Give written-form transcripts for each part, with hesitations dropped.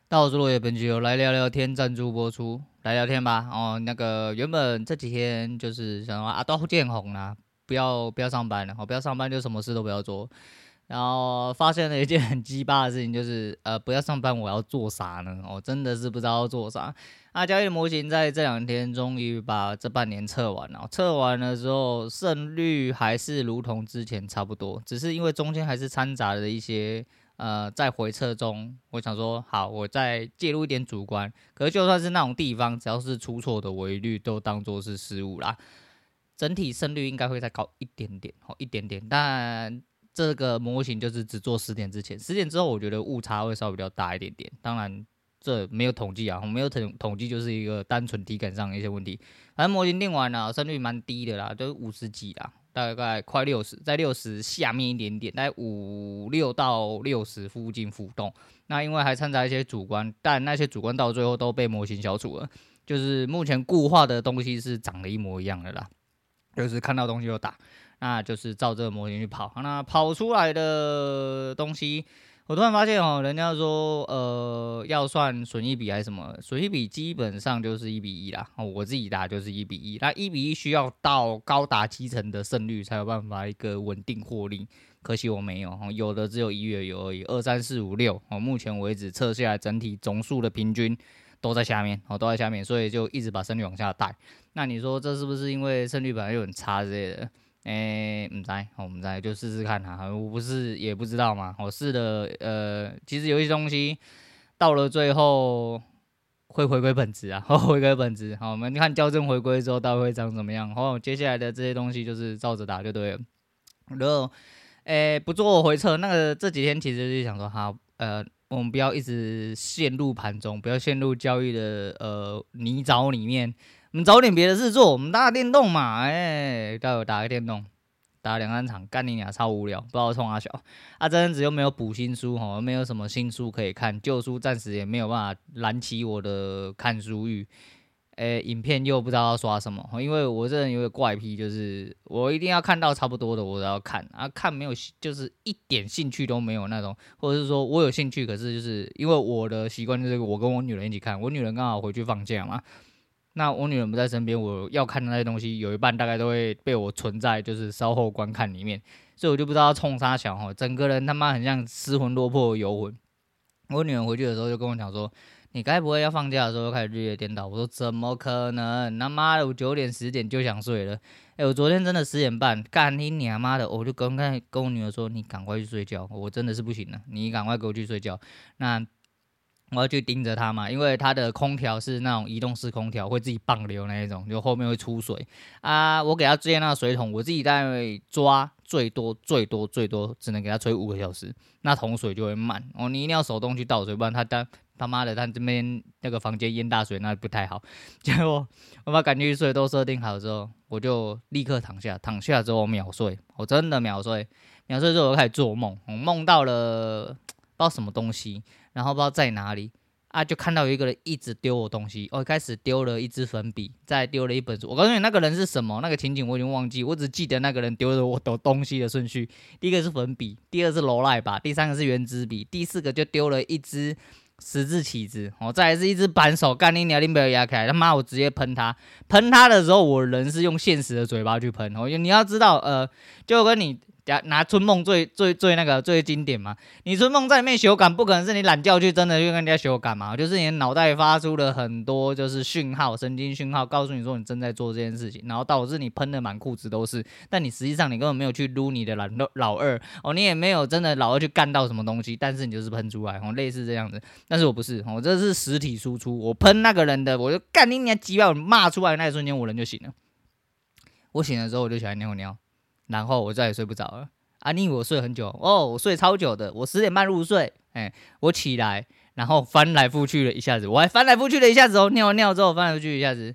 大家好，我是落叶，本期由来聊聊天赞助播出，来聊天吧。哦，那个原本这几天就是想说都见红啦，不要上班了，不要上班就什么事都不要做。然后发现了一件很鸡巴的事情，就是不要上班我要做啥呢？真的是不知道要做啥。交易的模型在这2天终于把这半年测完了，测完了之后胜率还是如同之前差不多，只是因为中间还是掺杂了一些。在回撤中，我想说，好，我再介入一点主观。可是就算是那种地方，只要是出错的违率，都当做是失误啦。整体胜率应该会再高一点点，一点点。但这个模型就是只做10点之前，10点之后，我觉得误差会稍微比较大一点点。当然，这没有统计啊，没有统计就是一个单纯体感上的一些问题。反正模型练完了，胜率蛮低的啦，就是50几啦。大概快60，在60下面一点点，大概56到60附近浮动。那因为还掺杂一些主观，但那些主观到最后都被模型消除了。就是目前固化的东西是长得一模一样的啦，就是看到东西就打，那就是照这个模型去跑。那跑出来的东西，我突然发现人家说要算损益比还是什么，损益比基本上就是1:1啦。我自己打就是1:1，那1:1需要到高达70%的胜率才有办法一个稳定获利。可惜我没有，有的只有1月有而已，2、3、4、5、6，目前为止测下来整体总数的平均都在下面，都在下面，所以就一直把胜率往下带。那你说这是不是因为胜率本来就很差之类的？我们再就试试看哈，我不是也不知道嘛，我试了，其实有一些东西到了最后会回归本质啊，回归本质。好，我们看校正回归之后到底会长怎么样。接下来的这些东西就是照着打就对了。然后，不做回撤，那个这几天其实就是想说，好，我们不要一直陷入盘中，不要陷入交易的泥沼里面。我们找点别的事做，我们打打电动嘛，待会打个电动，打2、3场，干你娘超无聊，不知道冲啥小。这阵子又没有补新书，没有什么新书可以看，旧书暂时也没有办法燃起我的看书欲。影片又不知道要刷什么，因为我这人有个怪癖，就是我一定要看到差不多的我都要看看没有就是一点兴趣都没有那种，或者是说我有兴趣，可是就是因为我的习惯就是我跟我女人一起看，我女人刚好回去放假嘛，那我女人不在身边，我要看的那些东西有一半大概都会被我存在就是稍后观看里面，所以我就不知道要冲啥小整个人他妈很像失魂落魄的游魂。我女人回去的时候就跟我讲说，你该不会要放假的时候就开始日夜颠倒？我说怎么可能？他妈的，我9点10点就想睡了。我昨天真的10点半，干你娘妈的！我就跟我女儿说，你赶快去睡觉，我真的是不行了，你赶快给我去睡觉。那我要去盯着它嘛，因为它的空调是那种移动式空调，会自己棒流那一种，就后面会出水我给它接那个水桶，我自己在抓，最多只能给它吹5个小时，那桶水就会慢你一定要手动去倒水，不然他妈的，他这边那个房间淹大水，那不太好。结果我把赶去睡都设定好之后，我就立刻躺下之后我秒睡，我真的秒睡之后我就开始做梦，我梦到了不知道什么东西。然后不知道在哪里就看到有一个人一直丢我东西，一开始丢了一支粉笔，再丢了一本书。我告诉你那个人是什么，那个情景我已经忘记，我只记得那个人丢了我的东西的顺序。第一个是粉笔，第二是罗赖吧，第3个是圆珠笔，第4个就丢了一支十字起子，再来是一支扳手，干你娘，你不要压开，他妈我直接喷他的时候，我人是用现实的嘴巴去喷你要知道就跟你拿春梦最那个最经典嘛，你春梦在里面修改，不可能是你懒觉去真的去跟人家修改嘛，就是你的脑袋发出了很多就是讯号，神经讯号，告诉你说你正在做这件事情，然后导致你喷的满裤子都是，但你实际上你根本没有去撸你的老二你也没有真的老二去干到什么东西，但是你就是喷出来类似这样子，但是我不是我这是实体输出，我喷那个人的，我就干你娘鸡巴，我骂出来的那一瞬间我人就醒了，我醒了之后我就起来尿尿。然后我再也睡不着了你以为我睡很久我睡超久的，我10点半入睡，我起来，然后翻来覆去了一下子，我还翻来覆去了一下子尿尿之后翻来覆去一下子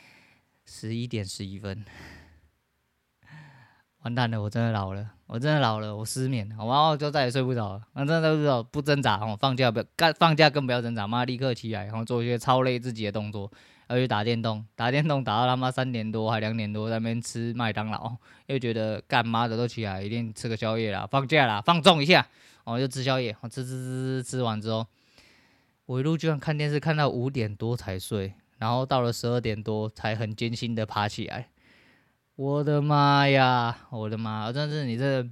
，11:11，完蛋了，我真的老了，我失眠了，我就再也睡不着了，真的睡不着，不挣扎放假更不要挣扎，妈立刻起来，然后做一些超累自己的动作。要去打电动打到他妈3点多还2点多，在那边吃麦当劳，又觉得干妈的都起来，一定吃个宵夜啦，放假啦，放纵一下就吃宵夜，吃完之后， 我一路居然看电视看到5点多才睡，然后到了12点多才很艰辛的爬起来。我的妈呀，我的妈！真的是你这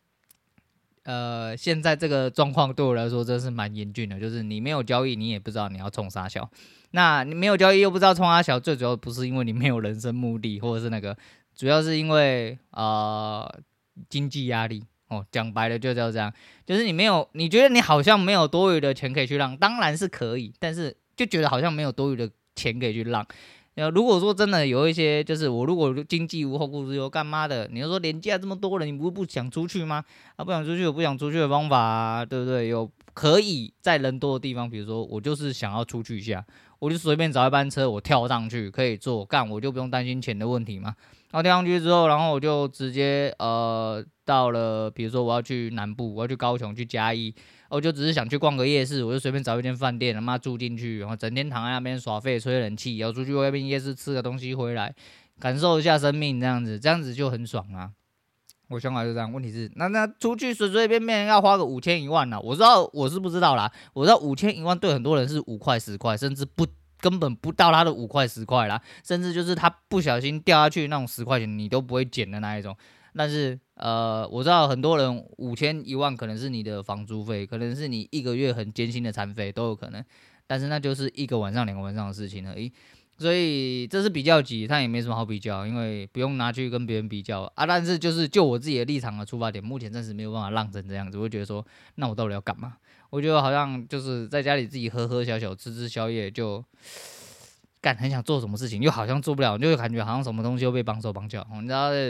现在这个状况对我来说真是蛮严峻的，就是你没有交易，你也不知道你要冲啥小。那你没有交易又不知道冲啥小，最主要不是因为你没有人生目的，或者是那个，主要是因为经济压力。讲白了就叫这样，就是你没有，你觉得你好像没有多余的钱可以去让，当然是可以，但是就觉得好像没有多余的钱可以去让。如果说真的有一些，就是我如果经济无后顾之忧干嘛的，你就说廉价这么多人，你不想出去吗？不想出去有不想出去的方法啊，对不对？有可以在人多的地方，比如说我就是想要出去一下，我就随便找一班车，我跳上去可以坐，我就不用担心钱的问题嘛。然后跳上去之后，然后我就直接到了，比如说我要去南部，我要去高雄去嘉义，我就只是想去逛个夜市，我就随便找一间饭店，他妈住进去，然后整天躺在那边耍废吹冷气，然后出去外面夜市吃个东西回来，感受一下生命，这样子就很爽啊。我想法就这样，问题是那出去随随便便要花个5000、1万啦，我知道我是不知道啦，我知道5000、1万对很多人是5块、10块，甚至根本不到他的5块、10块啦，甚至就是他不小心掉下去那种10块钱你都不会捡的那一种。但是我知道很多人5000、1万可能是你的房租费，可能是你1个月很艰辛的餐费都有可能，但是那就是1个晚上、2个晚上的事情而已。所以这是比较级，它也没什么好比较，因为不用拿去跟别人比较啊。但是就是就我自己的立场的出发点，目前暂时没有办法浪成这样子，我会觉得说，那我到底要干嘛？我觉得好像就是在家里自己喝喝小小吃吃宵夜就很想做什么事情，又好像做不了，就感觉好像什么东西又被绑手绑脚。你知道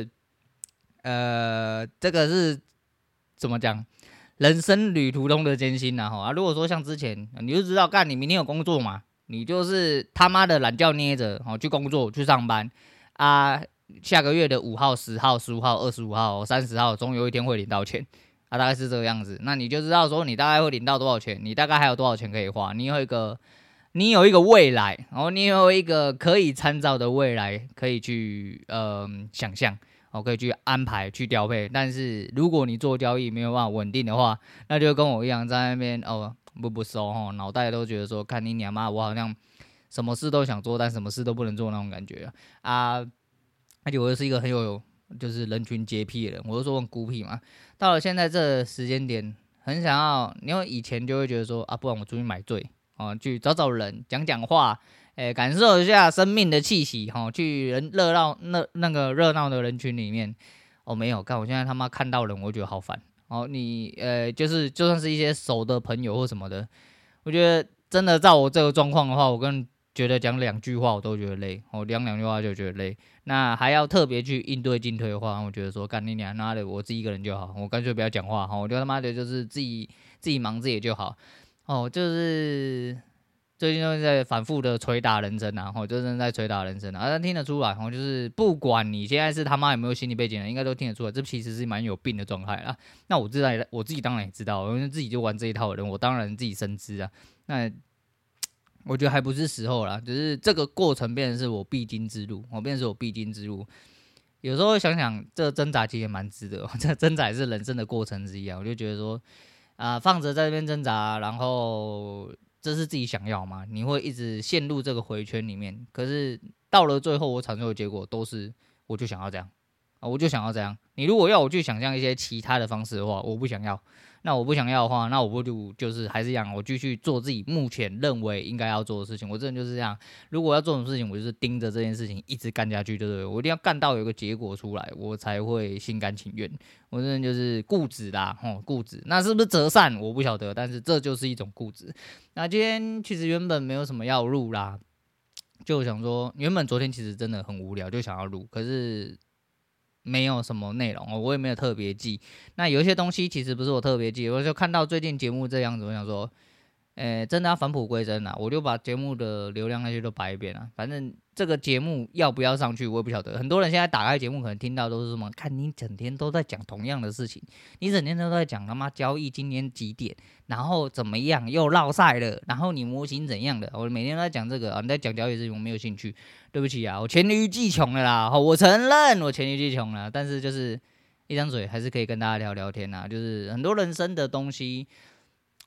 这个是怎么讲？人生旅途中的艰辛啊！如果说像之前，你就知道你明天有工作嘛？你就是他妈的懒觉捏着，去工作去上班啊！下个月的5号、10号、15号、25号、30号，总有一天会领到钱啊，大概是这个样子。那你就知道说你大概会领到多少钱，你大概还有多少钱可以花，你有一个未来，然后你有一个可以参照的未来，可以去想象。可以去安排去调配，但是如果你做交易没有办法稳定的话，那就跟我一样在那边不收脑袋都觉得说看你娘妈，我好像什么事都想做，但什么事都不能做那种感觉啊。而且我又是一个很有就是人群洁癖的人，我就说很孤僻嘛。到了现在这个时间点，很想要，因为以前就会觉得说不然我出去买醉去找找人讲讲话。感受一下生命的气息去热闹那个热闹的人群里面没有，我现在他妈看到人我觉得好烦你就是就算是一些熟的朋友或什么的，我觉得真的照我这个状况的话，我跟觉得讲2句话我都觉得累讲2句话就觉得累，那还要特别去应对进退的话，我觉得说干你娘妈的，我自己一个人就好，我干脆不要讲话我就他妈的就是自己忙自己就好就是最近都在反复的捶打人生就是在捶打人生但听得出来就是不管你现在是他妈有没有心理背景的，应该都听得出来，这其实是蛮有病的状态啦。那我自己当然也知道，因为自己就玩这一套的人，我当然自己深知啊。那我觉得还不是时候啦，只是这个过程变成是我必经之路，变成是我必经之路。有时候想想，这挣扎其实也蛮值得，这挣扎也是人生的过程之一啊。我就觉得说放着在这边挣扎，然后这是自己想要吗？你会一直陷入这个回圈里面，可是到了最后，我产出的结果都是我就想要这样我就想要这样。你如果要我去想象一些其他的方式的话，我不想要。那我不想要的话，那我不就是还是一样，我继续做自己目前认为应该要做的事情。我真的就是这样，如果要做什么事情，我就是盯着这件事情一直干下去，对不对？我一定要干到有个结果出来，我才会心甘情愿。我真的就是固执啦，固执。那是不是折善？我不晓得，但是这就是一种固执。那今天其实原本没有什么要录啦，就想说，原本昨天其实真的很无聊，就想要录，可是没有什么内容我也没有特别记。那有一些东西其实不是我特别记，我就看到最近节目这样子，我想说，真的要返璞归真啦，我就把节目的流量那些都摆一遍了。反正这个节目要不要上去，我也不晓得。很多人现在打开节目，可能听到都是什么，看你整天都在讲同样的事情，你整天都在讲他妈交易今天几点，然后怎么样又落赛了，然后你模型怎样的，我每天都在讲这个你在讲交易事情，我没有兴趣。对不起啊，我黔驴技穷了啦，我承认我黔驴技穷了，但是就是一张嘴还是可以跟大家聊聊天就是很多人生的东西，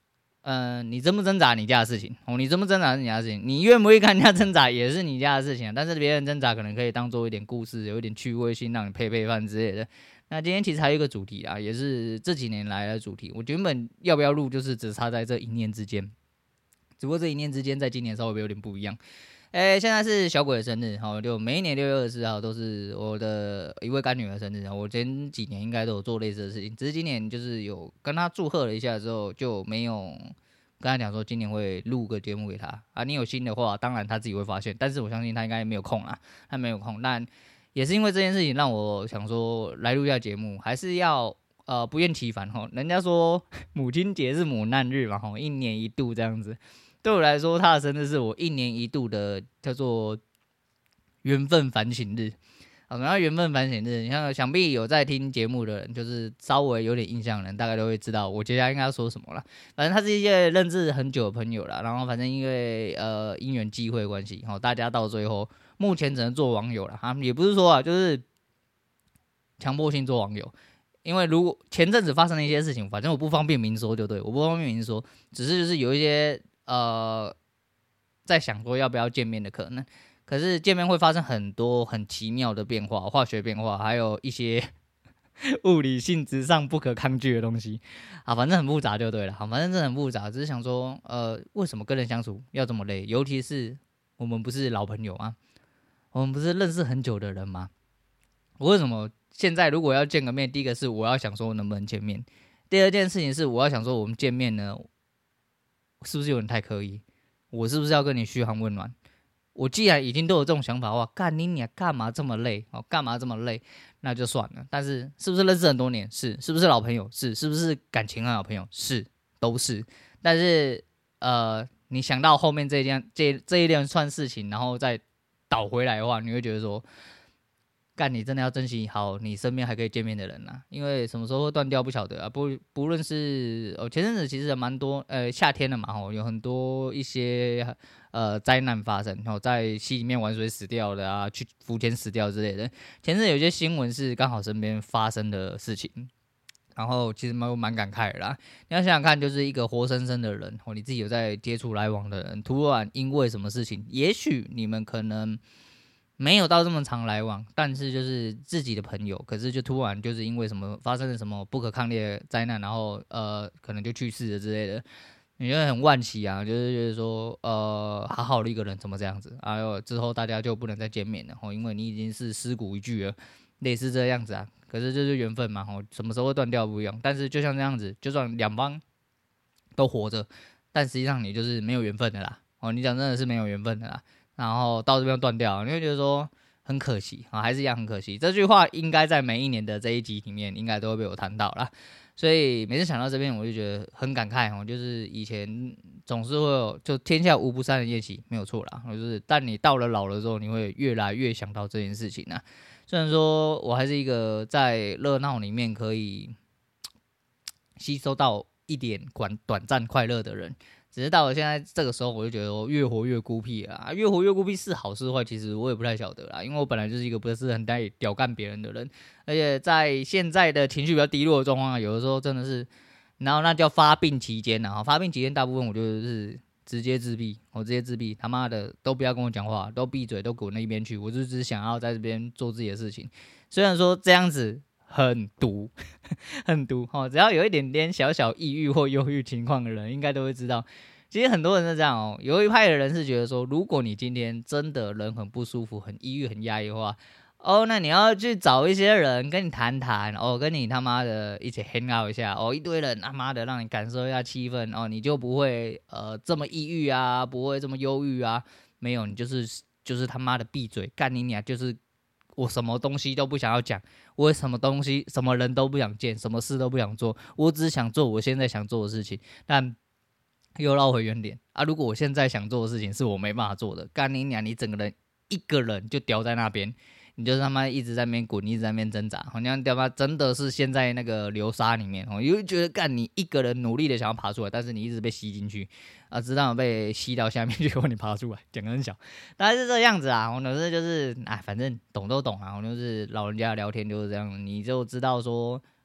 你挣不挣扎你家的事情哦，你挣不挣扎是你家的事情，你愿不愿意看人家挣扎也是你家的事情但是别人挣扎可能可以当做一点故事，有一点趣味性，让你配饭之类的。那今天其实还有一个主题也是这几年来的主题。我原本要不要录，就是只差在这一念之间，只不过这一念之间在今年稍微有点不一样。现在是小鬼的生日，就每一年6月24号都是我的一位干女儿生日。我前几年应该都有做类似的事情，只是今年就是有跟她祝贺了一下之后，就没有跟她讲说今年会录个节目给她你有心的话，当然她自己会发现，但是我相信她应该没有空她没有空。但也是因为这件事情让我想说来录一下节目，还是要不厌其烦人家说母亲节是母难日嘛一年一度这样子。对我来说，他的生日是我一年一度的叫做缘分反省日。然后缘分反省日，你看，想必有在听节目的人，就是稍微有点印象的人，大概都会知道我接下来应该要说什么了。反正他是一些认识很久的朋友啦，然后反正因为因缘际会关系，大家到最后目前只能做网友了也不是说就是强迫性做网友。因为如果前阵子发生了一些事情，反正我不方便明说就对，我不方便明说，只是就是有一些在想说要不要见面的可能，可是见面会发生很多很奇妙的变化，化学变化，还有一些物理性质上不可抗拒的东西反正很复杂就对了。反正真的很复杂，只是想说为什么跟人相处要这么累？尤其是我们不是老朋友吗？我们不是认识很久的人吗？我为什么现在如果要见个面，第一个是我要想说能不能见面，第二件事情是我要想说我们见面呢是不是有点太刻意？我是不是要跟你嘘寒问暖？我既然已经都有这种想法的话，干你娘干嘛这么累干嘛这么累？那就算了。但是是不是认识很多年？是不是老朋友？是不是感情很好朋友？都是。但是你想到后面这一连串事情，然后再倒回来的话，你会觉得说，干你真的要珍惜好你身边还可以见面的人因为什么时候会断掉不晓得不论是前阵子其实蛮多夏天了嘛有很多一些灾难发生在溪里面玩水死掉的去浮潜死掉之类的。前阵子有些新闻是刚好身边发生的事情，然后其实蛮感慨的啦。你要想想看，就是一个活生生的人你自己有在接触来往的人，突然因为什么事情，也许你们可能没有到这么常来往，但是就是自己的朋友，可是就突然就是因为什么发生了什么不可抗力的灾难，然后可能就去世了之类的，你觉得很惋惜就是觉得说好好的一个人怎么这样子之后大家就不能再见面了因为你已经是尸骨一具了，类似这样子可是就是缘分嘛什么时候会断掉不一样。但是就像这样子，就算两方都活着，但实际上你就是没有缘分的啦你讲真的是没有缘分的啦。然后到这边断掉，你会觉得说很可惜还是一样很可惜。这句话应该在每一年的这一集里面应该都会被我谈到啦。所以每次想到这边我就觉得很感慨就是以前总是会有就天下无不散的宴席，没有错啦就是但你到了老了之后，你会越来越想到这件事情虽然说我还是一个在热闹里面可以吸收到一点短暂快乐的人，只是到了现在这个时候，我就觉得我越活越孤僻越活越孤僻是好是坏，其实我也不太晓得啦。因为我本来就是一个不是很爱屌干别人的人，而且在现在的情绪比较低落的状况有的时候真的是，然后那叫发病期间发病期间大部分我就是直接自闭，我直接自闭，他妈的都不要跟我讲话，都闭嘴，都滚那一边去，我就只想要在这边做自己的事情。虽然说这样子很毒很毒只要有一点点小小抑郁或忧郁情况的人应该都会知道，其实很多人是这样有一派的人是觉得说，如果你今天真的人很不舒服，很抑郁很压抑的话那你要去找一些人跟你谈谈跟你他妈的一起 hang out 一下一堆人他妈的让你感受一下气氛你就不会这么抑郁不会这么忧郁没有，你就是他妈的闭嘴，干你娘，就是我什么东西都不想要讲，我什么东西什么人都不想见，什么事都不想做，我只想做我现在想做的事情。但又绕回原点如果我现在想做的事情是我没办法做的，干你娘，你整个人一个人就掉在那边，你就他妈一直在那边滚，一直在那边挣扎，好像他妈真的是陷在那个流沙里面你会觉得干你一个人努力的想要爬出来，但是你一直被吸进去直到被吸到下面去后你爬出来，讲得很小，大概是这样子我有时就是反正懂都懂我就是老人家聊天就是这样，你就知道说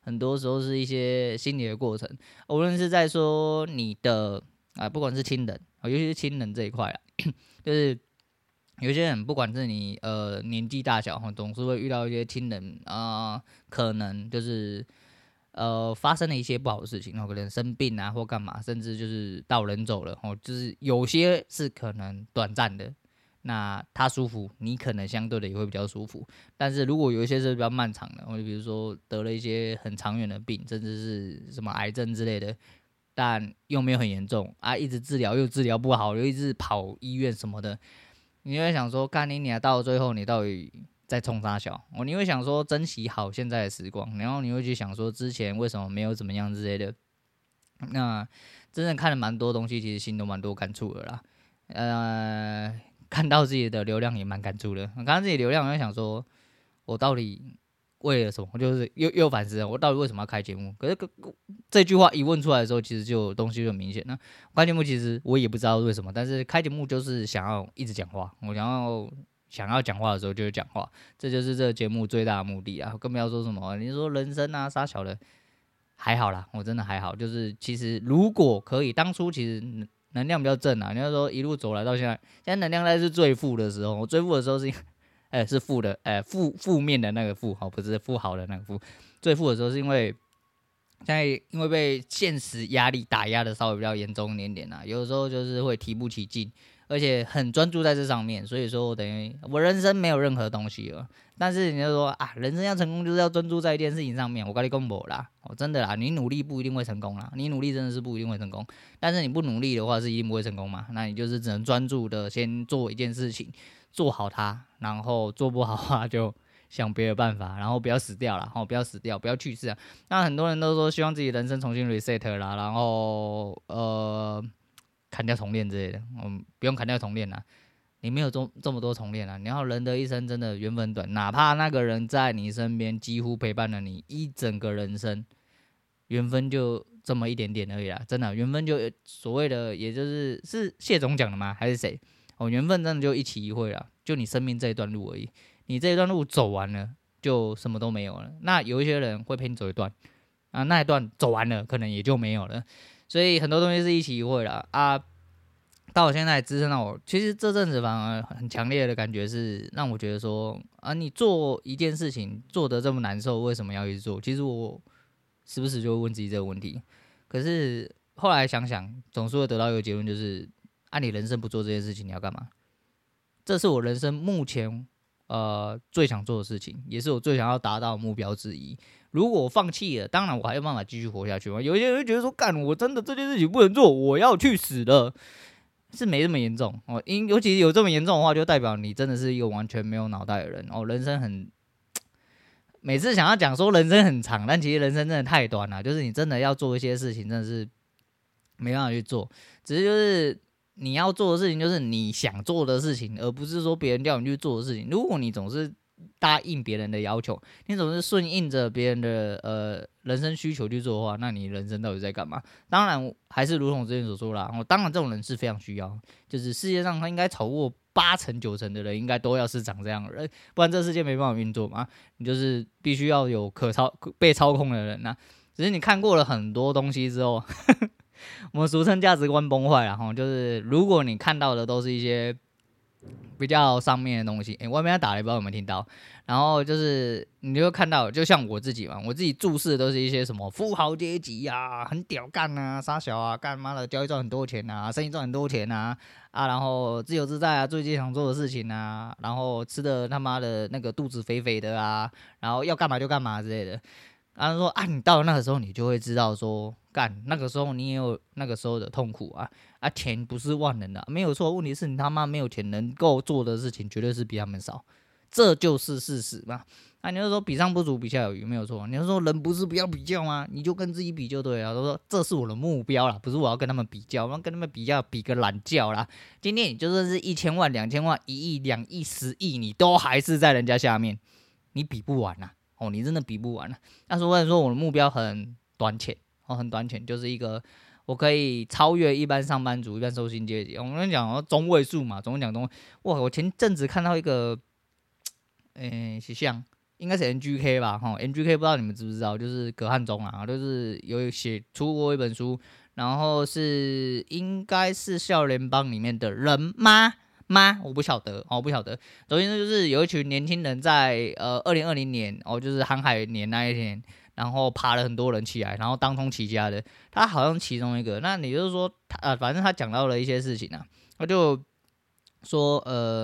很多时候是一些心理的过程，无论是在说你的不管是亲人尤其是亲人这一块啦，就是有些人不管是你年纪大小总是会遇到一些亲人可能就是发生了一些不好的事情，可能生病啊或干嘛，甚至就是到人走了就是有些是可能短暂的。那他舒服，你可能相对的也会比较舒服。但是如果有一些是比较漫长的，比如说得了一些很长远的病，甚至是什么癌症之类的，但又没有很严重一直治疗又治疗不好，又一直跑医院什么的，你会想说，干你到最后你到底在冲啥小？你会想说珍惜好现在的时光，然后你会去想说之前为什么没有怎么样之类的。那真正看了蛮多东西，其实心都蛮多感触的啦。看到自己的流量也蛮感触的。看到自己的流量，我就想说，我到底为了什么？就是又反思了，我到底为什么要开节目？可是这句话一问出来的时候，其实就东西就很明显了。开节目其实我也不知道为什么，但是开节目就是想要一直讲话。我想要讲话的时候就是讲话，这就是这个节目最大的目的啊！更不要说什么你说人生啊啥小的，还好啦，我真的还好。就是其实如果可以，当初其实能量比较正啊。你要说一路走来到现在能量大概是最负的时候。我最负的时候是负的，负面的那个负，不是负好的那个负。最负的时候是因为现在因为被现实压力打压的稍微比较严重一点啦，有的时候就是会提不起劲，而且很专注在这上面，所以说我等于我人生没有任何东西了。但是你就说人生要成功就是要专注在一件事情上面，我跟你讲没啦，真的啦，你努力不一定会成功啦，你努力真的是不一定会成功，但是你不努力的话是一定不会成功嘛，那你就是只能专注的先做一件事情，做好它，然后做不好就想别的办法，然后不要死掉啦，不要死掉，不要去世啊。那很多人都说希望自己人生重新 reset 啦，然后砍掉重练之类的，不用砍掉重练啦。你没有这么多重练啊！然后人的一生真的缘分短，哪怕那个人在你身边几乎陪伴了你一整个人生，缘分就这么一点点而已啦。真的，缘分就所谓的，也就是谢总讲的吗？还是谁？缘分真的就一期一会啦，就你生命这一段路而已。你这一段路走完了，就什么都没有了。那有一些人会陪你走一段那一段走完了，可能也就没有了。所以很多东西是一期一会啦到我现在支撑到我，其实这阵子反而很强烈的感觉是让我觉得说你做一件事情做得这么难受，为什么要去做？其实我时不时就会问自己这个问题，可是后来想想，总是会得到一个结论，就是你人生不做这件事情，你要干嘛？这是我人生目前最想做的事情，也是我最想要达到的目标之一。如果我放弃了，当然我还有办法继续活下去吗？有一些人会觉得说，干，我真的这件事情不能做，我要去死了。是没这么严重尤其有这么严重的话，就代表你真的是一个完全没有脑袋的人人生很，每次想要讲说人生很长，但其实人生真的太短了。就是你真的要做一些事情，真的是没办法去做。只是就是你要做的事情，就是你想做的事情，而不是说别人叫你去做的事情。如果你总是答应别人的要求，你总是顺应着别人的人生需求去做的话，那你人生到底在干嘛？当然还是如同之前所说啦，当然这种人是非常需要，就是世界上他应该超过8成9成的人应该都要是长这样的人，不然这世界没办法运作嘛。你就是必须要有被操控的人只是你看过了很多东西之后我们俗称价值观崩坏啦就是如果你看到的都是一些比较上面的东西，外面在打雷，不知道有没有听到？然后就是你就会看到，就像我自己嘛，我自己注视的都是一些什么富豪阶级很屌干傻小干妈的交易赚很多钱生意赚很多钱然后自由自在做自己想做的事情然后吃的他妈的那个肚子肥肥的然后要干嘛就干嘛之类的。然后说你到了那个时候，你就会知道说，干那个时候你也有那个时候的痛苦钱不是万能的没有错。问题是你他妈没有钱，能够做的事情绝对是比他们少，这就是事实嘛。你就说比上不足，比下有余，没有错。你就说人不是不要比较吗？你就跟自己比就对了。他说这是我的目标啦，不是我要跟他们比较，我要跟他们比较，比个懒觉啦。今天你就算是1000万、2000万、1亿、2亿、10亿，你都还是在人家下面，你比不完你真的比不完但是或者说我的目标很短浅很短浅，就是一个我可以超越一般上班族、一般受薪阶级。我跟你讲中位数嘛，总讲中位。哇，我前阵子看到一个，是像应该是 NGK 吧，NGK 不知道你们知不知道，就是葛汉中啊，就是有出过一本书，然后应该是校联帮里面的人吗？我不晓得，不晓得。总之就是有一群年轻人在2020年就是航海年那一天，然后爬了很多人起来，然后当冲起家的，他好像其中一个。那也就是说，反正他讲到了一些事情啊，他就说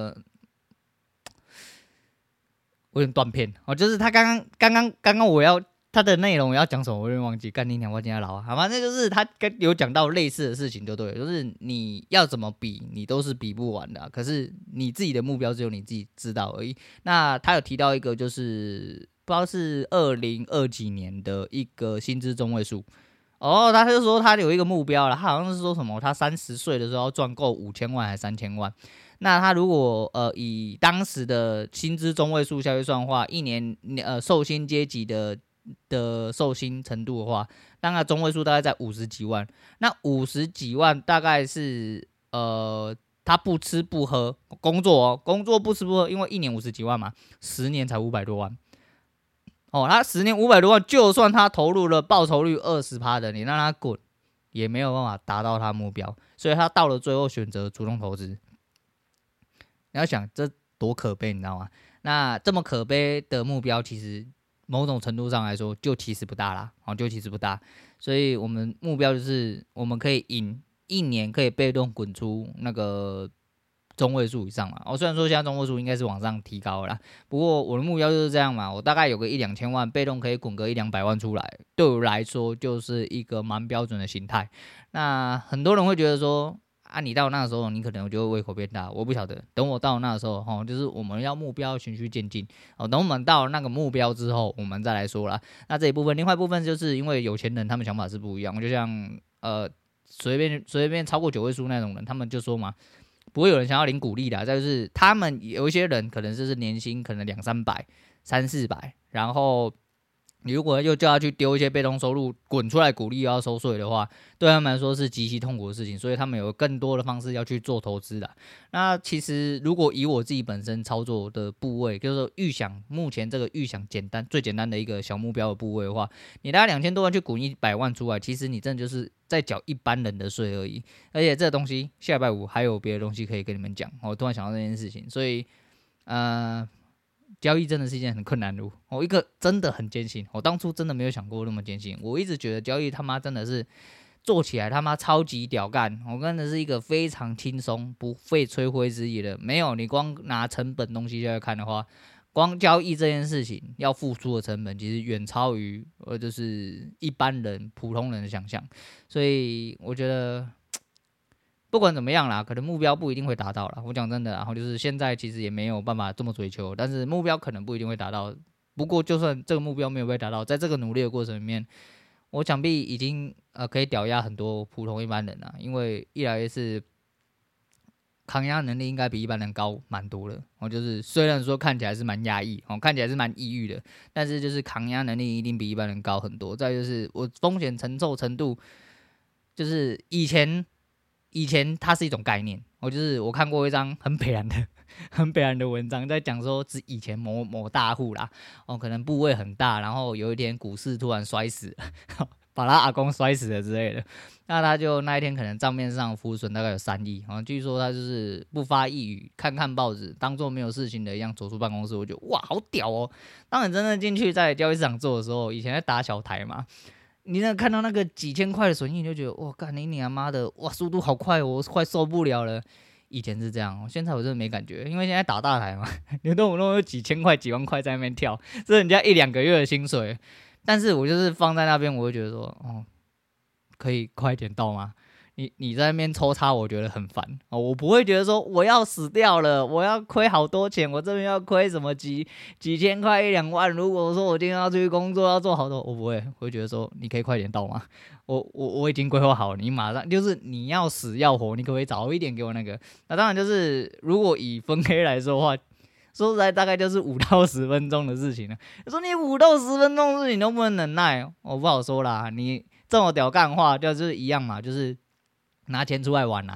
我有点断片就是他刚刚他的内容我要讲什么，我有点忘记，干你娘，我今天老啊，反正就是他有讲到类似的事情，就对了，就是你要怎么比，你都是比不完的可是你自己的目标只有你自己知道而已。那他有提到一个，就是不知道是2020几年的一个薪资中位数他就说他有一个目标了，他好像是说什么，他30岁的时候要赚够5000万还是3000万。那他如果以当时的薪资中位数下去算的话，一年受薪阶级的受薪程度的话，大概中位数大概在50几万。那50几万大概是他不吃不喝工作不吃不喝，因为一年50几万嘛，10年才500多万。他10年500多万，就算他投入了报酬率20%的，你让他滚也没有办法达到他目标，所以他到了最后选择主动投资。你要想这多可悲，你知道吗？那这么可悲的目标，其实某种程度上来说，就其实不大啦，就其实不大。所以我们目标就是我们可以一年可以被动滚出那个中位数以上嘛。虽然说现在中位数应该是往上提高了啦，不过我的目标就是这样嘛。我大概有个1-2千万，被动可以滚个100-200万出来，对我来说就是一个蛮标准的形态。那很多人会觉得说，你到那个时候，你可能就会胃口变大。我不晓得，等我到那个时候，就是我们要目标循序渐进。等我们到那个目标之后，我们再来说啦。那这一部分，另外一部分就是因为有钱人他们想法是不一样，就像随便超过9位数那种人，他们就说嘛，不会有人想要领股利的。再就是他们有一些人可能就是年薪可能200-300、300-400，然后你如果又叫他去丢一些被动收入滚出来股利又要收税的话，对他们来说是极其痛苦的事情，所以他们有更多的方式要去做投资的。那其实如果以我自己本身操作的部位，就是说目前这个预想最简单的一个小目标的部位的话，你大概2000多万去滚100万出来，其实你真的就是在缴一般人的税而已。而且这个东西下礼拜五还有别的东西可以跟你们讲，我突然想到这件事情，所以交易真的是一件很困难的路，一个真的很艰辛。我当初真的没有想过那么艰辛，我一直觉得交易他妈真的是做起来他妈超级屌干，我真的是一个非常轻松不费吹灰之力的。没有，你光拿成本东西下来看的话，光交易这件事情要付出的成本其实远超于就是一般人普通人的想象，所以我觉得不管怎么样啦，可能目标不一定会达到啦。我讲真的，然后就是现在其实也没有办法这么追求，但是目标可能不一定会达到。不过就算这个目标没有被达到，在这个努力的过程里面，我想必已经可以屌压很多普通一般人啦。因为一来是抗压能力应该比一般人高蛮多的，就是虽然说看起来是蛮压抑，看起来是蛮抑郁的，但是就是抗压能力一定比一般人高很多。再就是我风险承受程度，就是以前它是一种概念，就是我看过一张很北然的文章，在讲说是以前某大户啦，可能部位很大，然后有一天股市突然摔死了，把他阿公摔死了之类的，那他就那一天可能账面上浮损大概有3亿，据说他就是不发一语，看报纸，当做没有事情的一样走出办公室。我觉得哇，好屌哦！当你真正进去在交易市场做的时候，以前在打小台嘛。你看到那个几千块的损益，你就觉得哇，干你娘妈的，哇，速度好快，我快受不了了。以前是这样，现在我真的没感觉，因为现在打大台嘛，你动不动有几千块、几万块在那边跳，这是人家1-2个月的薪水。但是我就是放在那边，我会觉得说，可以快一点到吗？你在那边抽插，我觉得很烦我不会觉得说我要死掉了，我要亏好多钱，我这边要亏什么几千块1-2万。如果说我今天要出去工作，要做好多，我不会，我会觉得说你可以快点到吗？我已经规划好了，你马上就是你要死要活，你可不可以早一点给我那个？那当然就是如果以分 K 来说的话，说实在大概就是5到10分钟的事情了。你说你5到10分钟的事情都不能忍耐，我不好说啦。你这么屌干话，就是一样嘛，就是拿钱出来玩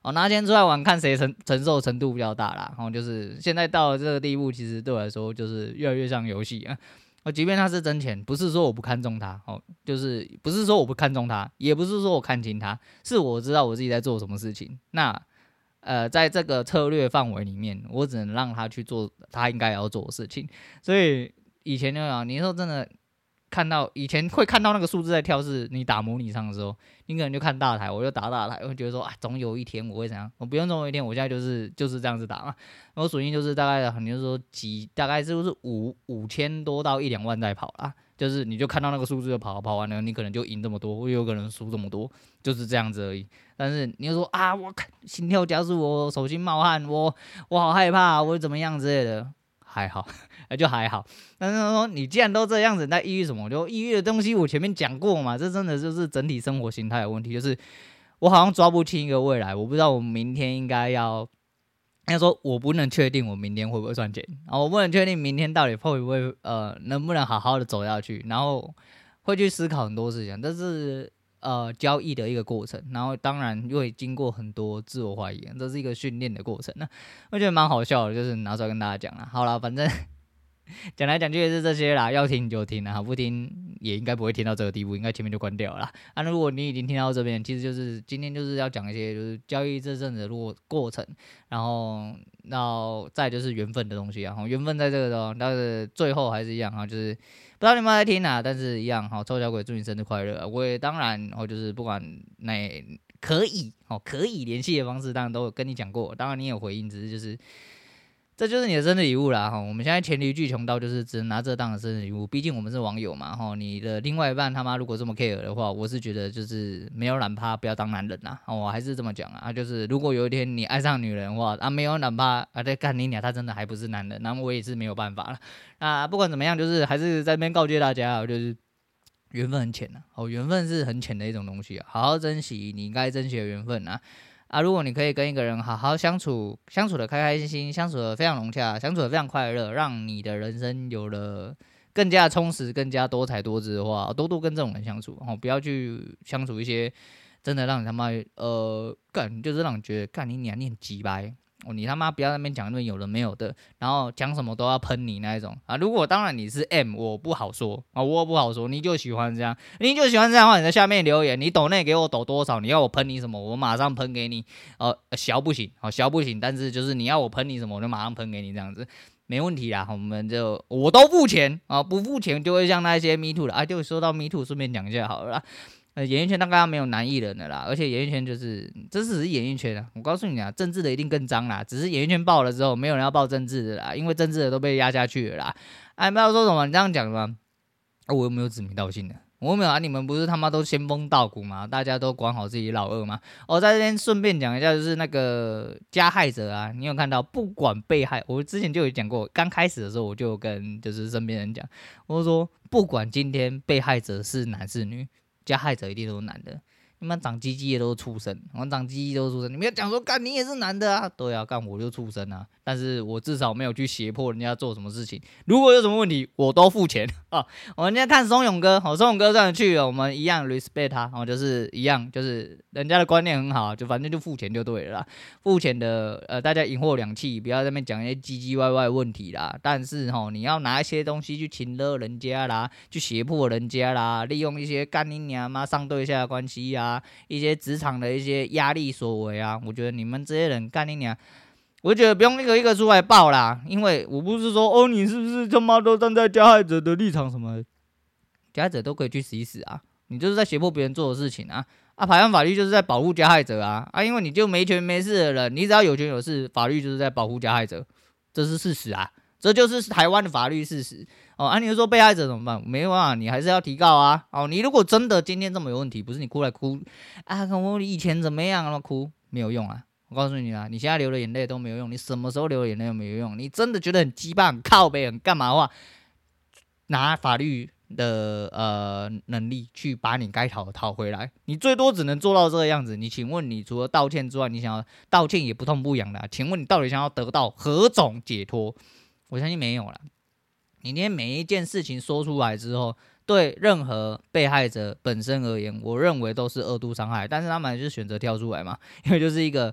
拿钱出来玩，看谁承受程度比较大啦。就是现在到了这个地步，其实对我来说就是越来越像游戏啊。即便他是真钱，不是说我不看重他，就是不是说我不看重他，也不是说我看轻他，是我知道我自己在做什么事情。那在这个策略范围里面，我只能让他去做他应该要做的事情。所以以前就讲，你说真的以前会看到那个数字在跳，是你打模拟舱的时候，你可能就看大台，我就打大台，我会觉得说总有一天我会怎样，我不用总有一天，我现在就是这样子打嘛。我属性就是大概你就说大概就是5000多到1-2万在跑啦，就是你就看到那个数字就跑完了，你可能就赢这么多，会有可能输这么多，就是这样子而已。但是你就说我心跳加速，我手心冒汗，我好害怕，我怎么样之类的，还好，就还好。但是说你既然都这样子，那抑郁什么？就抑郁的东西我前面讲过嘛，这真的就是整体生活形态的问题，就是我好像抓不清一个未来，我不知道我明天应该说我不能确定我明天会不会赚钱，我不能确定明天到底会不会能不能好好的走下去，然后会去思考很多事情，这是交易的一个过程，然后当然会经过很多自我怀疑，这是一个训练的过程呢，我觉得蛮好笑的，就是拿出来跟大家讲啦。好啦，反正讲来讲去也是这些啦，要听你就听啦，不听也应该不会听到这个地步，应该前面就关掉了啦。如果你已经听到这边，其实就是今天就是要讲一些就是交易这阵子的过程，然后再就是缘分的东西啊。缘分在这个的，但是最后还是一样就是不知道你们在听啊，但是一样臭小鬼祝你生日快乐。我也当然就是不管可以联系的方式，当然都有跟你讲过，当然你也有回应，只是就是这就是你的生日礼物啦，我们现在黔驴技穷到就是只能拿这当的生日礼物，毕竟我们是网友嘛，你的另外一半他妈如果这么 care 的话，我是觉得就是没有懒趴不要当男人啦，我还是这么讲啊，就是如果有一天你爱上女人的话没有懒趴在干你俩，他真的还不是男人，那我也是没有办法了。不管怎么样，就是还是在这边告诫大家，就是缘分很浅缘分是很浅的一种东西好好珍惜你应该珍惜的缘分如果你可以跟一个人好好相处的开开心心，相处的非常融洽，相处的非常快乐，让你的人生有了更加充实、更加多彩多姿的话，多跟这种人相处不要去相处一些真的让你他妈就是让你觉得干你娘你很鸡掰你他妈不要在那边讲那有的没有的，然后讲什么都要喷你那一种如果当然你是 M， 我不好说我不好说，你就喜欢这样的话，你在下面留言，你抖内给我抖多少，你要我喷你什么，我马上喷给你。小不行，小不行，但是就是你要我喷你什么，我就马上喷给你这样子。没问题啦，我都付钱不付钱就会像那些 Me Too 的就说到 Me Too， 顺便讲一下好了啦。演艺圈大概没有男艺人的啦，而且演艺圈这只是演艺圈我告诉你政治的一定更脏啦，只是演艺圈爆了之后，没有人要爆政治的啦，因为政治的都被压下去了啦。不要说什么你这样讲吗？我又没有指名道姓的，我没有你们不是他妈都仙风道骨吗？大家都管好自己老二吗？在这边顺便讲一下，就是那个加害者你有看到，不管被害，我之前就有讲过，刚开始的时候我就跟就是身边人讲，我说不管今天被害者是男是女，加害者一定都是男的，你们长鸡鸡的都是畜生，长鸡鸡都是畜生。你们要讲说干你也是男的对干我就畜生但是我至少没有去胁迫人家做什么事情。如果有什么问题，我都付钱我们今天看松勇哥，松勇哥这样去了，我们一样 respect 他就是一样，就是人家的观念很好，就反正就付钱就对了啦。付钱的大家引货两气，不要在那边讲一些唧唧歪歪的问题啦。但是你要拿一些东西去情勒人家啦，去胁迫人家啦，利用一些干你娘妈上对下的关系一些职场的一些压力所为我觉得你们这些人干你娘，我觉得不用一个一个出来爆啦，因为我不是说你是不是他妈都站在加害者的立场什么的，加害者都可以去死一死你就是在胁迫别人做的事情排湾法律就是在保护加害者因为你就没权没势的人，你只要有权有势，法律就是在保护加害者，这是事实这就是台湾的法律事实你就说被害者怎么办？没办法，你还是要提告你如果真的今天这么有问题，不是你哭来哭我以前怎么样哭没有用我告诉你你现在流的眼泪都没有用，你什么时候流的眼泪都没有用。你真的觉得很鸡巴、很靠北、很干嘛的话，拿法律的能力去把你该讨的讨回来。你最多只能做到这个样子。你请问你除了道歉之外，你想要道歉也不痛不痒的请问你到底想要得到何种解脱？我相信没有啦。你今天每一件事情说出来之后，对任何被害者本身而言，我认为都是二度伤害，但是他们还是选择跳出来嘛，因为就是一个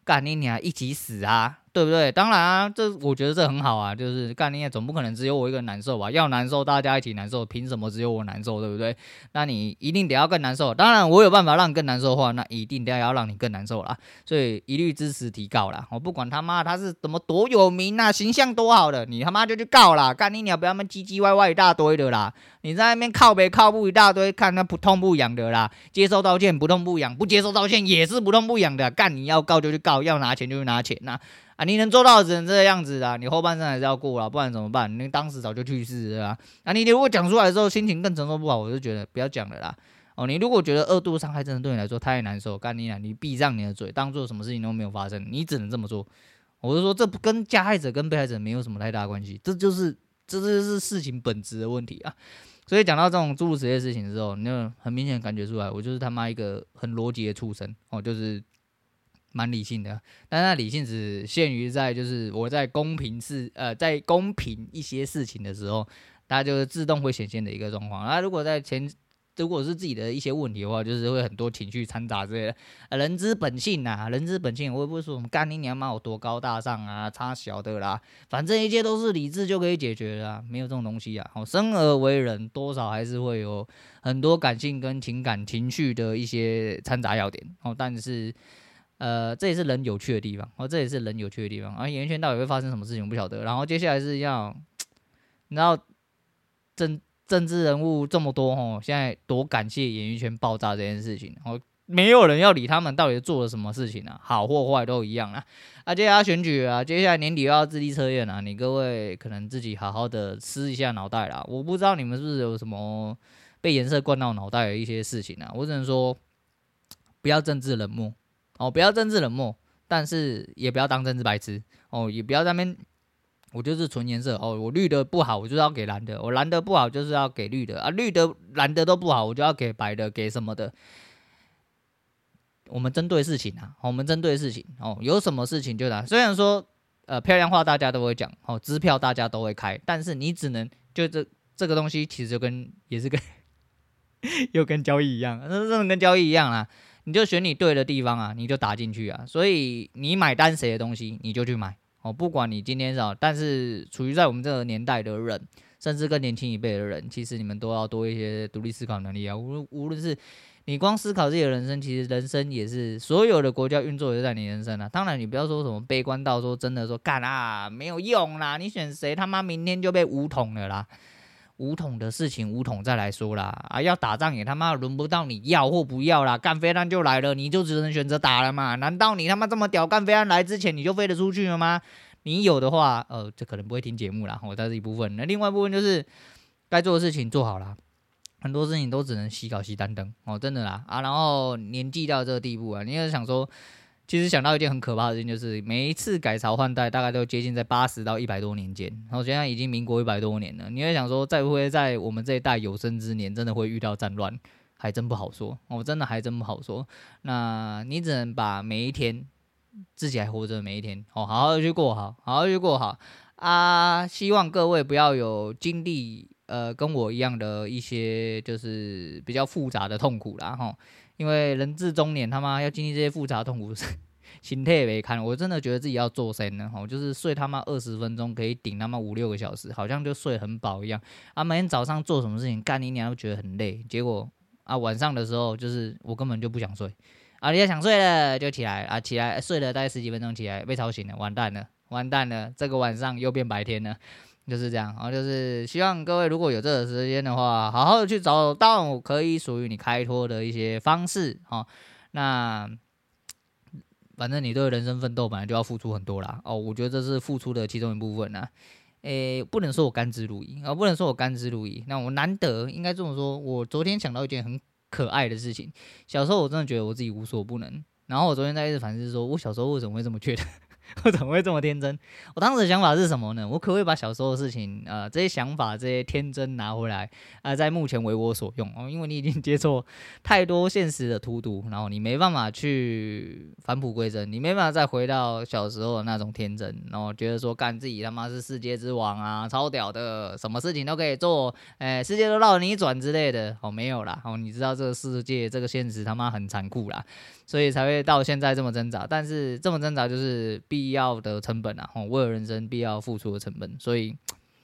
干你娘一起死啊，对不对？当然啊，我觉得这很好啊，就是干你娘总不可能只有我一个人难受吧？要难受大家一起难受，凭什么只有我难受，对不对？那你一定得要更难受。当然我有办法让你更难受的话，那一定得要让你更难受啦。所以一律支持提告啦。我不管他妈他是怎么多有名啊，形象多好的，你他妈就去告啦！干你娘不要那么唧唧歪歪一大堆的啦！你在那边靠北靠步一大堆，看那不痛不痒的啦，接受道歉不痛不痒，不接受道歉也是不痛不痒的。干你要告就去告，要拿钱就去拿钱呐！啊，你能做到的只能这个样子啦，你后半生还是要过啦，不然怎么办？你当时早就去世了啦。啊，你如果讲出来之后心情更承受不好，我就觉得不要讲了啦。哦，你如果觉得2度伤害真的对你来说太难受，干你俩，你闭上你的嘴，当做什么事情都没有发生，你只能这么做。我就说，这跟加害者跟被害者没有什么太大关系，这就是事情本质的问题啊。所以讲到这种诸如此类的事情的时候，你就很明显感觉出来，我就是他妈一个很逻辑的畜生哦，就是蛮理性的，但那理性只限于在就是我在公平一些事情的时候，它就是自动会显现的一个状况。那如果是自己的一些问题的话，就是会很多情绪掺杂之类的。人之本性啊，人之本性，我也不会说什么干你娘妈有多高大上啊，差小的啦，反正一切都是理智就可以解决的啦，没有这种东西啊。生而为人，多少还是会有很多感性跟情绪的一些掺杂要点但是。这也是人有趣的地方演艺圈到底会发生什么事情，我不晓得。然后接下来是要，你知道政治人物这么多现在多感谢演艺圈爆炸这件事情没有人要理他们到底做了什么事情啊，好或坏都一样啊。接下来选举啊，接下来年底又要智力测验啊，你各位可能自己好好的吃一下脑袋啦。我不知道你们是不是有什么被颜色灌到脑袋的一些事情啊，我只能说不要政治冷漠不要政治冷漠，但是也不要当政治白痴也不要在那边。我就是纯颜色我绿的不好，我就是要给蓝的；我蓝的不好，就是要给绿的啊。绿的、蓝的都不好，我就要给白的，给什么的。我们针对事情啊，有什么事情就拿。虽然说漂亮话大家都会讲支票大家都会开，但是你只能就这个东西其实也是跟又跟交易一样，真的跟交易一样啦。你就选你对的地方啊，你就打进去啊。所以你买单谁的东西，你就去买不管你今天但是处于在我们这个年代的人，甚至更年轻一辈的人，其实你们都要多一些独立思考能力啊。无论是你光思考自己的人生，其实人生也是所有的国家运作也是在你人生啊。当然你不要说什么悲观到说真的说干啊没有用啦，你选谁他妈明天就被武统了啦。武统的事情，武统再来说啦。要打仗也他妈轮不到你要或不要啦。干飞弹就来了，你就只能选择打了嘛？难道你他妈这么屌？干飞弹来之前你就飞得出去了吗？你有的话，这可能不会听节目啦。这是一部分。那另外一部分就是该做的事情做好啦。很多事情都只能洗稿洗单灯真的啦然后年纪到这个地步你也想说。其实想到一件很可怕的事情，就是每一次改朝换代，大概都接近在80到100多年间，然后现在已经民国100多年了。你会想说，会不会在我们这一代有生之年，真的会遇到战乱？还真不好说真的还真不好说。那你只能把每一天自己还活着的每一天好好的去过好啊！希望各位不要有经历跟我一样的一些就是比较复杂的痛苦啦因为人至中年他妈要经历这些复杂的痛苦心态没看，我真的觉得自己要做神呢就是睡他妈20分钟可以顶他妈5-6个小时，好像就睡很饱一样每天早上做什么事情干你娘都觉得很累，结果晚上的时候就是我根本就不想睡你要想睡了就起来起来睡了大概10几分钟起来被吵醒了，完蛋了，这个晚上又变白天了。就是这样就是希望各位如果有这个时间的话，好好的去找到可以属于你开脱的一些方式那反正你对人生奋斗本来就要付出很多啦我觉得这是付出的其中一部分啦不能说我甘之如饴那我难得应该这么说，我昨天想到一件很可爱的事情。小时候我真的觉得我自己无所不能，然后我昨天在一直反思说，我小时候为什么会这么觉得我怎么会这么天真？我当时的想法是什么呢？我可不可以把小时候的事情，这些想法、这些天真拿回来，在目前为我所用因为你已经接受太多现实的荼毒，然后你没办法去返璞归真，你没办法再回到小时候的那种天真，然后觉得说干自己他妈是世界之王啊，超屌的，什么事情都可以做，世界都绕你转之类的没有啦你知道这个世界这个现实他妈很残酷啦。 所以才会到现在这么挣扎。但是这么挣扎就是必要的成本啊，为了人生必要付出的成本。所以，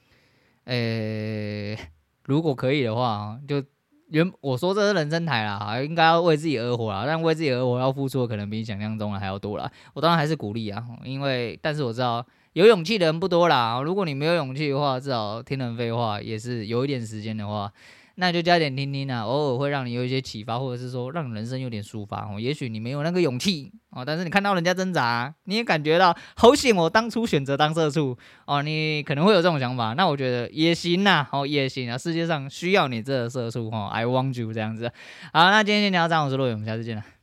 如果可以的话，就我说这是人生台啦，应该要为自己而活啦，但为自己而活要付出的可能比你想象中的还要多啦。我当然还是鼓励啊，但是我知道有勇气的人不多啦。如果你没有勇气的话，至少听人废话也是有一点时间的话，那就加点听听啊，偶尔会让你有一些启发，或者是说让你人生有点抒发哦。也许你没有那个勇气哦，但是你看到人家挣扎，你也感觉到好险，我当初选择当社畜哦，你可能会有这种想法。那我觉得也行呐，哦也行啊，世界上需要你这个社畜哦，I want you 这样子。好，那今天先聊到这样，我是洛勇，我们下次见了。